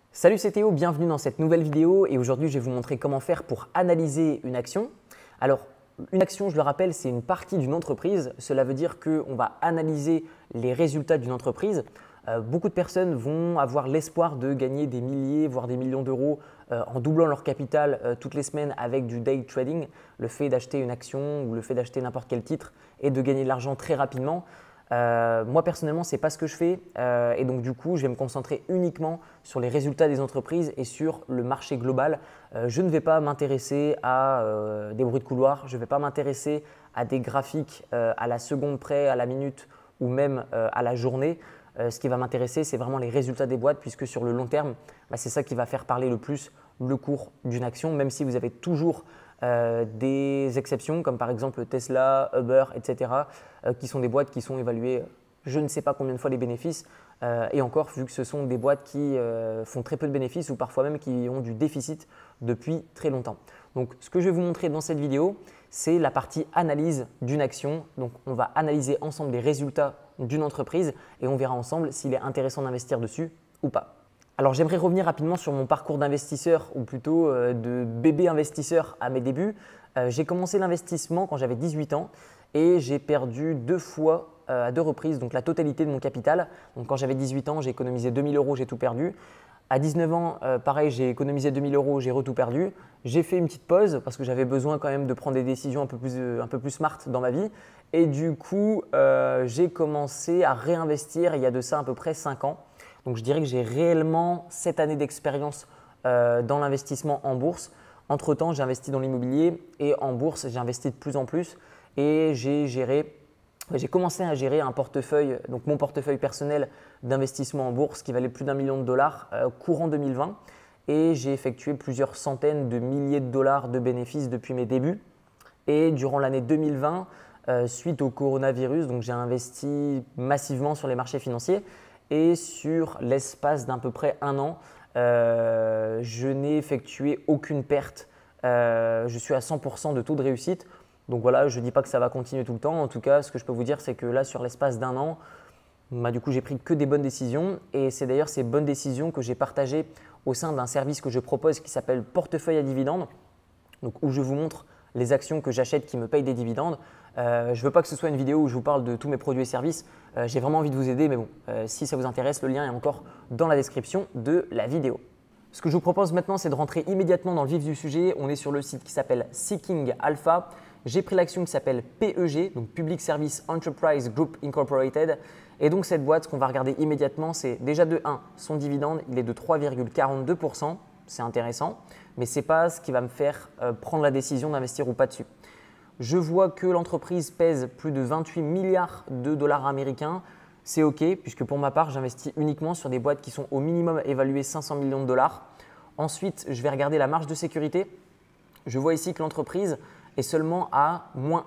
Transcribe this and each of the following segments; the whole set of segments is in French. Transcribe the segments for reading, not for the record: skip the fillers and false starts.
Salut, c'est Théo, bienvenue dans cette nouvelle vidéo et aujourd'hui je vais vous montrer comment faire pour analyser une action. Alors une action, je le rappelle, c'est une partie d'une entreprise. Cela veut dire qu'on va analyser les résultats d'une entreprise. Beaucoup de personnes vont avoir l'espoir de gagner des milliers, voire des millions d'euros en doublant leur capital toutes les semaines avec du day trading, le fait d'acheter une action ou le fait d'acheter n'importe quel titre et de gagner de l'argent très rapidement. Moi personnellement, ce n'est pas ce que je fais et donc du coup, je vais me concentrer uniquement sur les résultats des entreprises et sur le marché global. Je ne vais pas m'intéresser à des bruits de couloir, je ne vais pas m'intéresser à des graphiques à la seconde près, à la minute ou même à la journée. Ce qui va m'intéresser, c'est vraiment les résultats des boîtes puisque sur le long terme, c'est ça qui va faire parler le plus le cours d'une action, même si vous avez toujours des exceptions comme par exemple Tesla, Uber, etc. Qui sont des boîtes qui sont évaluées je ne sais pas combien de fois les bénéfices et encore vu que ce sont des boîtes qui font très peu de bénéfices ou parfois même qui ont du déficit depuis très longtemps. Donc ce que je vais vous montrer dans cette vidéo, c'est la partie analyse d'une action. Donc on va analyser ensemble les résultats d'une entreprise et on verra ensemble s'il est intéressant d'investir dessus ou pas. Alors j'aimerais revenir rapidement sur mon parcours d'investisseur ou plutôt de bébé investisseur à mes débuts. J'ai commencé l'investissement quand j'avais 18 ans et j'ai perdu deux fois à deux reprises donc la totalité de mon capital. Donc quand j'avais 18 ans, j'ai économisé 2000 euros, j'ai tout perdu. À 19 ans, pareil, j'ai économisé 2000 euros, j'ai tout perdu. J'ai fait une petite pause parce que j'avais besoin quand même de prendre des décisions un peu plus smart dans ma vie. Et du coup, j'ai commencé à réinvestir il y a de ça à peu près 5 ans. Donc je dirais que j'ai réellement 7 années d'expérience dans l'investissement en bourse. Entre-temps, j'ai investi dans l'immobilier et en bourse, j'ai investi de plus en plus et j'ai commencé à gérer un portefeuille, donc mon portefeuille personnel d'investissement en bourse qui valait plus d'1 million de dollars courant 2020 et j'ai effectué plusieurs centaines de milliers de dollars de bénéfices depuis mes débuts. Et durant l'année 2020, suite au coronavirus, donc j'ai investi massivement sur les marchés financiers et sur l'espace d'à peu près un an, je n'ai effectué aucune perte. Je suis à 100% de taux de réussite. Donc voilà, je ne dis pas que ça va continuer tout le temps. En tout cas, ce que je peux vous dire, c'est que là, sur l'espace d'un an, du coup, j'ai pris que des bonnes décisions. Et c'est d'ailleurs ces bonnes décisions que j'ai partagées au sein d'un service que je propose qui s'appelle Portefeuille à dividendes, donc où je vous montre les actions que j'achète qui me payent des dividendes. Je ne veux pas que ce soit une vidéo où je vous parle de tous mes produits et services. J'ai vraiment envie de vous aider, mais bon, si ça vous intéresse, le lien est encore dans la description de la vidéo. Ce que je vous propose maintenant, c'est de rentrer immédiatement dans le vif du sujet. On est sur le site qui s'appelle Seeking Alpha. J'ai pris l'action qui s'appelle PEG, donc Public Service Enterprise Group Incorporated. Et donc cette boîte, ce qu'on va regarder immédiatement, c'est déjà de 1, son dividende, il est de 3,42%. C'est intéressant, mais ce n'est pas ce qui va me faire prendre la décision d'investir ou pas dessus. Je vois que l'entreprise pèse plus de 28 milliards de dollars américains. C'est OK, puisque pour ma part, j'investis uniquement sur des boîtes qui sont au minimum évaluées 500 millions de dollars. Ensuite, je vais regarder la marge de sécurité. Je vois ici que l'entreprise est seulement à moins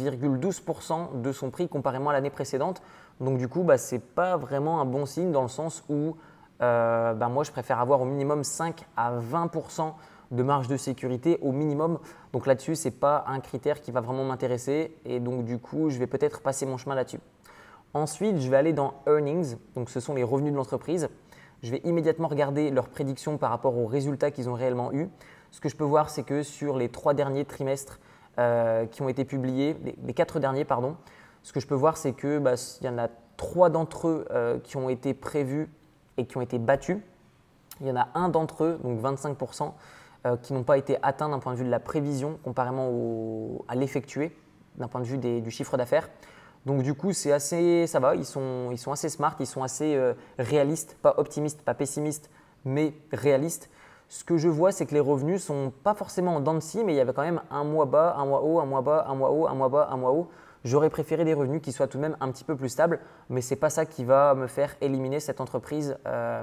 1,12% de son prix comparément à l'année précédente. Donc du coup, ce n'est pas vraiment un bon signe dans le sens où moi, je préfère avoir au minimum 5 à 20% de marge de sécurité au minimum. Donc là-dessus, ce n'est pas un critère qui va vraiment m'intéresser et donc du coup, je vais peut-être passer mon chemin là-dessus. Ensuite, je vais aller dans Earnings, donc ce sont les revenus de l'entreprise. Je vais immédiatement regarder leurs prédictions par rapport aux résultats qu'ils ont réellement eus. Ce que je peux voir, c'est que sur les 3 derniers trimestres qui ont été publiés, les 4 derniers, pardon, ce que je peux voir, c'est qu'il y en a 3 d'entre eux qui ont été prévus et qui ont été battus. Il y en a un d'entre eux, donc 25%, qui n'ont pas été atteints d'un point de vue de la prévision comparément à l'effectué, d'un point de vue du chiffre d'affaires. Donc du coup, ça va, ils sont assez smart, ils sont assez réalistes, pas optimistes, pas pessimistes, mais réalistes. Ce que je vois, c'est que les revenus ne sont pas forcément en dents de scie, mais il y avait quand même un mois bas, un mois haut, un mois bas, un mois haut, un mois bas, un mois haut. J'aurais préféré des revenus qui soient tout de même un petit peu plus stables, mais ce n'est pas ça qui va me faire éliminer cette entreprise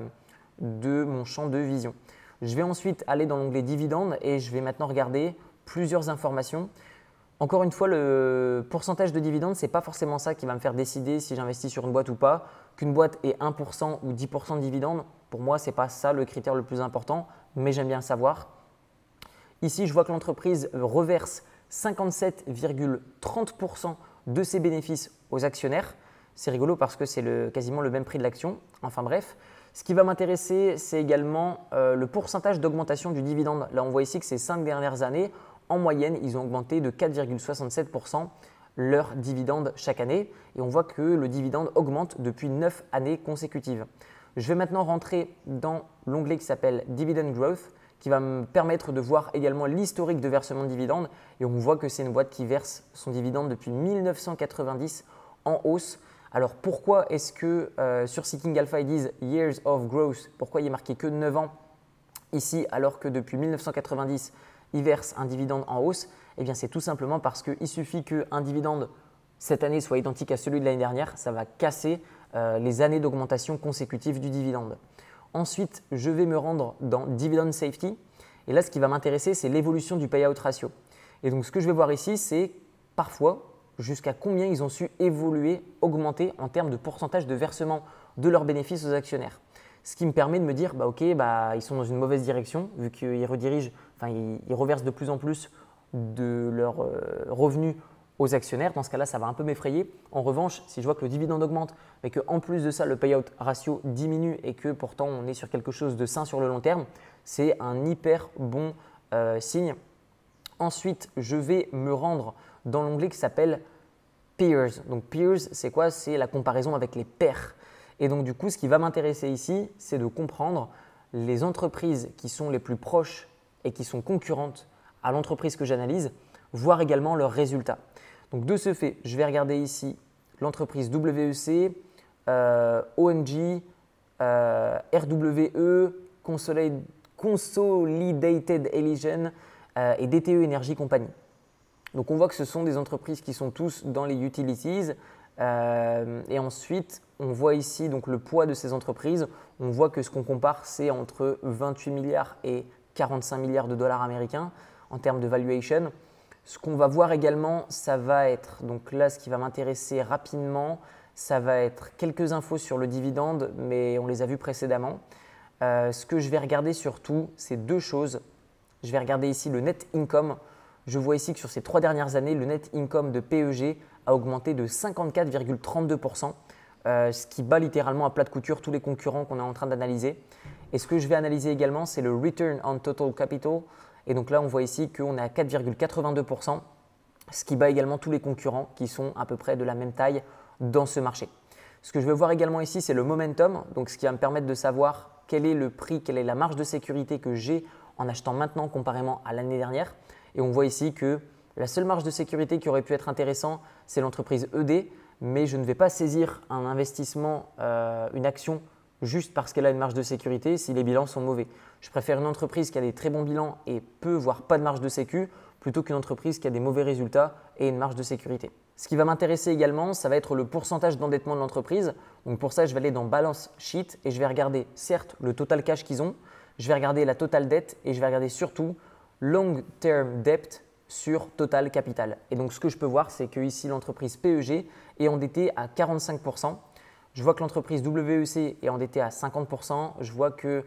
de mon champ de vision. Je vais ensuite aller dans l'onglet dividendes et je vais maintenant regarder plusieurs informations. Encore une fois, le pourcentage de dividendes, ce n'est pas forcément ça qui va me faire décider si j'investis sur une boîte ou pas. Qu'une boîte ait 1% ou 10% de dividendes, pour moi, ce n'est pas ça le critère le plus important, mais j'aime bien le savoir. Ici, je vois que l'entreprise reverse 57,30% de ses bénéfices aux actionnaires. C'est rigolo parce que c'est quasiment le même prix de l'action. Enfin bref, Ce qui va m'intéresser, c'est également le pourcentage d'augmentation du dividende. Là, on voit ici que ces 5 dernières années, en moyenne, ils ont augmenté de 4,67% leur dividende chaque année. Et on voit que le dividende augmente depuis 9 années consécutives. Je vais maintenant rentrer dans l'onglet qui s'appelle Dividend Growth, qui va me permettre de voir également l'historique de versement de dividendes. Et on voit que c'est une boîte qui verse son dividende depuis 1990 en hausse. Alors pourquoi est-ce que sur Seeking Alpha ils disent Years of Growth? Pourquoi il est marqué que 9 ans ici alors que depuis 1990 ils versent un dividende en hausse? Eh bien c'est tout simplement parce qu'il suffit qu'un dividende cette année soit identique à celui de l'année dernière, ça va casser les années d'augmentation consécutive du dividende. Ensuite, je vais me rendre dans Dividend Safety et là ce qui va m'intéresser c'est l'évolution du payout ratio. Et donc ce que je vais voir ici c'est parfois jusqu'à combien ils ont su évoluer, augmenter en termes de pourcentage de versement de leurs bénéfices aux actionnaires. Ce qui me permet de me dire, ils sont dans une mauvaise direction vu qu'ils ils reversent de plus en plus de leurs revenus aux actionnaires. Dans ce cas-là, ça va un peu m'effrayer. En revanche, si je vois que le dividende augmente, mais qu'en plus de ça, le payout ratio diminue et que pourtant on est sur quelque chose de sain sur le long terme, c'est un hyper bon signe. Ensuite, je vais me rendre dans l'onglet qui s'appelle Peers. Donc Peers, c'est quoi? C'est la comparaison avec les pairs. Et donc du coup, ce qui va m'intéresser ici, c'est de comprendre les entreprises qui sont les plus proches et qui sont concurrentes à l'entreprise que j'analyse, voir également leurs résultats. Donc de ce fait, je vais regarder ici l'entreprise WEC, OMG, RWE, Consolidated Elysian et DTE Energy Company. Donc on voit que ce sont des entreprises qui sont tous dans les utilities et ensuite on voit ici donc le poids de ces entreprises. On voit que ce qu'on compare c'est entre 28 milliards et 45 milliards de dollars américains en termes de valuation. Ce qu'on va voir également, ça va être, donc là ce qui va m'intéresser rapidement, ça va être quelques infos sur le dividende, mais on les a vus précédemment. Ce que je vais regarder surtout, c'est deux choses. Je vais regarder ici le net income. Je vois ici que sur ces 3 dernières années, le net income de PEG a augmenté de 54,32%, ce qui bat littéralement à plat de couture tous les concurrents qu'on est en train d'analyser. Et ce que je vais analyser également, c'est le Return on Total Capital. Et donc là, on voit ici qu'on est à 4,82%, ce qui bat également tous les concurrents qui sont à peu près de la même taille dans ce marché. Ce que je vais voir également ici, c'est le momentum, donc ce qui va me permettre de savoir quel est le prix, quelle est la marge de sécurité que j'ai en achetant maintenant comparément à l'année dernière. Et on voit ici que la seule marge de sécurité qui aurait pu être intéressant, c'est l'entreprise ED, mais je ne vais pas saisir un investissement, une action juste parce qu'elle a une marge de sécurité si les bilans sont mauvais. Je préfère une entreprise qui a des très bons bilans et peu, voire pas de marge de sécu, plutôt qu'une entreprise qui a des mauvais résultats et une marge de sécurité. Ce qui va m'intéresser également, ça va être le pourcentage d'endettement de l'entreprise. Donc pour ça, je vais aller dans Balance Sheet et je vais regarder certes le total cash qu'ils ont, je vais regarder la totale dette et je vais regarder surtout Long Term Debt sur Total Capital. Et donc ce que je peux voir, c'est que ici l'entreprise PEG est endettée à 45%. Je vois que l'entreprise WEC est endettée à 50%. Je vois que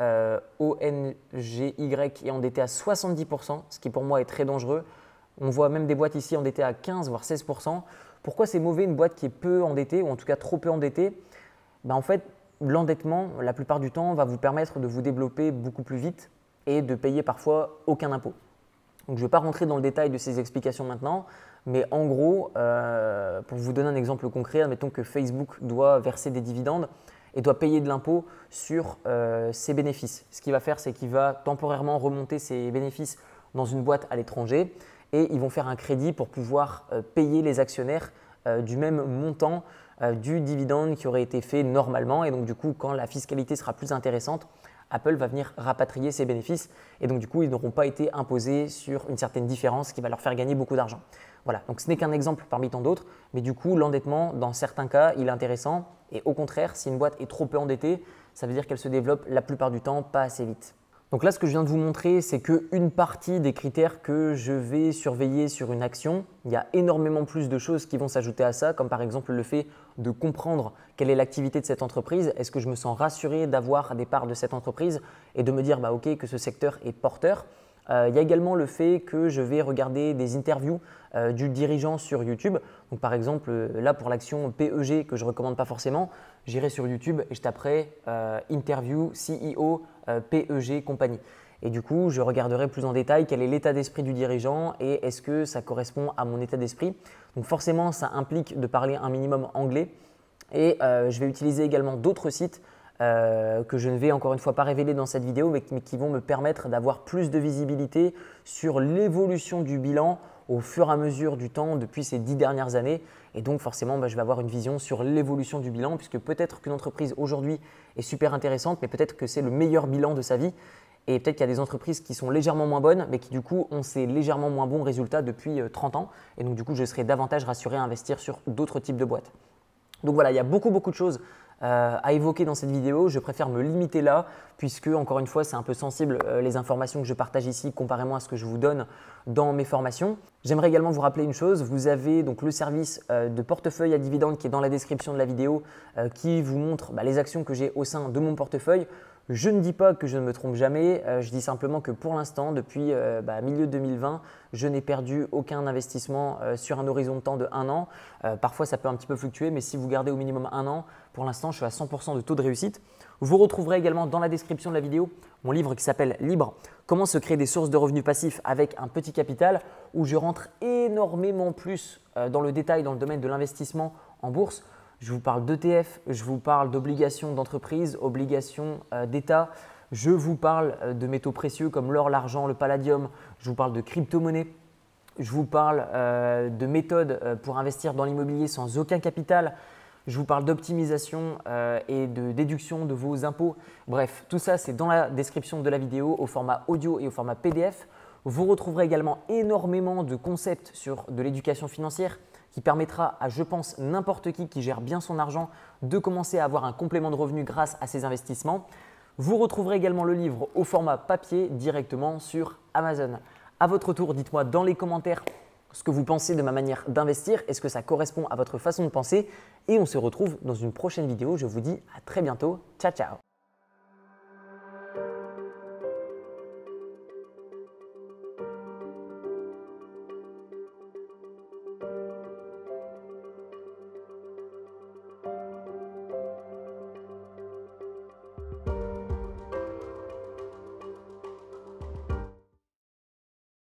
ONGY est endettée à 70%, ce qui pour moi est très dangereux. On voit même des boîtes ici endettées à 15 voire 16%. Pourquoi c'est mauvais une boîte qui est peu endettée ou en tout cas trop peu endettée? En fait, l'endettement, la plupart du temps, va vous permettre de vous développer beaucoup plus vite et de payer parfois aucun impôt. Donc, je ne vais pas rentrer dans le détail de ces explications maintenant, mais en gros, pour vous donner un exemple concret, admettons que Facebook doit verser des dividendes et doit payer de l'impôt sur ses bénéfices. Ce qu'il va faire, c'est qu'il va temporairement remonter ses bénéfices dans une boîte à l'étranger et ils vont faire un crédit pour pouvoir payer les actionnaires du même montant du dividende qui aurait été fait normalement. Et donc du coup, quand la fiscalité sera plus intéressante, Apple va venir rapatrier ses bénéfices et donc du coup, ils n'auront pas été imposés sur une certaine différence qui va leur faire gagner beaucoup d'argent. Voilà, donc ce n'est qu'un exemple parmi tant d'autres, mais du coup, l'endettement, dans certains cas, il est intéressant et au contraire, si une boîte est trop peu endettée, ça veut dire qu'elle se développe la plupart du temps pas assez vite. Donc là, ce que je viens de vous montrer, c'est qu'une partie des critères que je vais surveiller sur une action. Il y a énormément plus de choses qui vont s'ajouter à ça, comme par exemple le fait de comprendre quelle est l'activité de cette entreprise. Est-ce que je me sens rassuré d'avoir des parts de cette entreprise et de me dire ok, que ce secteur est porteur. Il y a également le fait que je vais regarder des interviews du dirigeant sur YouTube. Donc, par exemple, là pour l'action PEG que je ne recommande pas forcément, j'irai sur YouTube et je taperai interview CEO PEG compagnie. Et du coup, je regarderai plus en détail quel est l'état d'esprit du dirigeant et est-ce que ça correspond à mon état d'esprit. Donc forcément, ça implique de parler un minimum anglais. Et je vais utiliser également d'autres sites que je ne vais encore une fois pas révéler dans cette vidéo, mais qui vont me permettre d'avoir plus de visibilité sur l'évolution du bilan au fur et à mesure du temps depuis ces 10 dernières années. Et donc forcément, je vais avoir une vision sur l'évolution du bilan puisque peut-être qu'une entreprise aujourd'hui est super intéressante, mais peut-être que c'est le meilleur bilan de sa vie. Et peut-être qu'il y a des entreprises qui sont légèrement moins bonnes, mais qui du coup ont ces légèrement moins bons résultats depuis 30 ans. Et donc du coup, je serai davantage rassuré à investir sur d'autres types de boîtes. Donc voilà, il y a beaucoup de choses à évoquer dans cette vidéo. Je préfère me limiter là puisque, encore une fois, c'est un peu sensible les informations que je partage ici comparément à ce que je vous donne dans mes formations. J'aimerais également vous rappeler une chose. Vous avez donc le service de portefeuille à dividendes qui est dans la description de la vidéo qui vous montre les actions que j'ai au sein de mon portefeuille. Je ne dis pas que je ne me trompe jamais, je dis simplement que pour l'instant, depuis milieu 2020, je n'ai perdu aucun investissement sur un horizon de temps de 1 an. Parfois, ça peut un petit peu fluctuer, mais si vous gardez au minimum 1 an, pour l'instant, je suis à 100% de taux de réussite. Vous retrouverez également dans la description de la vidéo mon livre qui s'appelle Libre, comment se créer des sources de revenus passifs avec un petit capital, où je rentre énormément plus dans le détail dans le domaine de l'investissement en bourse. Je vous parle d'ETF, je vous parle d'obligations d'entreprise, obligations d'État, je vous parle de métaux précieux comme l'or, l'argent, le palladium, je vous parle de crypto-monnaies, je vous parle de méthodes pour investir dans l'immobilier sans aucun capital, je vous parle d'optimisation et de déduction de vos impôts. Bref, tout ça, c'est dans la description de la vidéo au format audio et au format PDF. Vous retrouverez également énormément de concepts sur de l'éducation financière qui permettra à, je pense, n'importe qui gère bien son argent de commencer à avoir un complément de revenu grâce à ses investissements. Vous retrouverez également le livre au format papier directement sur Amazon. À votre tour, dites-moi dans les commentaires ce que vous pensez de ma manière d'investir. Est-ce que ça correspond à votre façon de penser? Et on se retrouve dans une prochaine vidéo. Je vous dis à très bientôt. Ciao, ciao!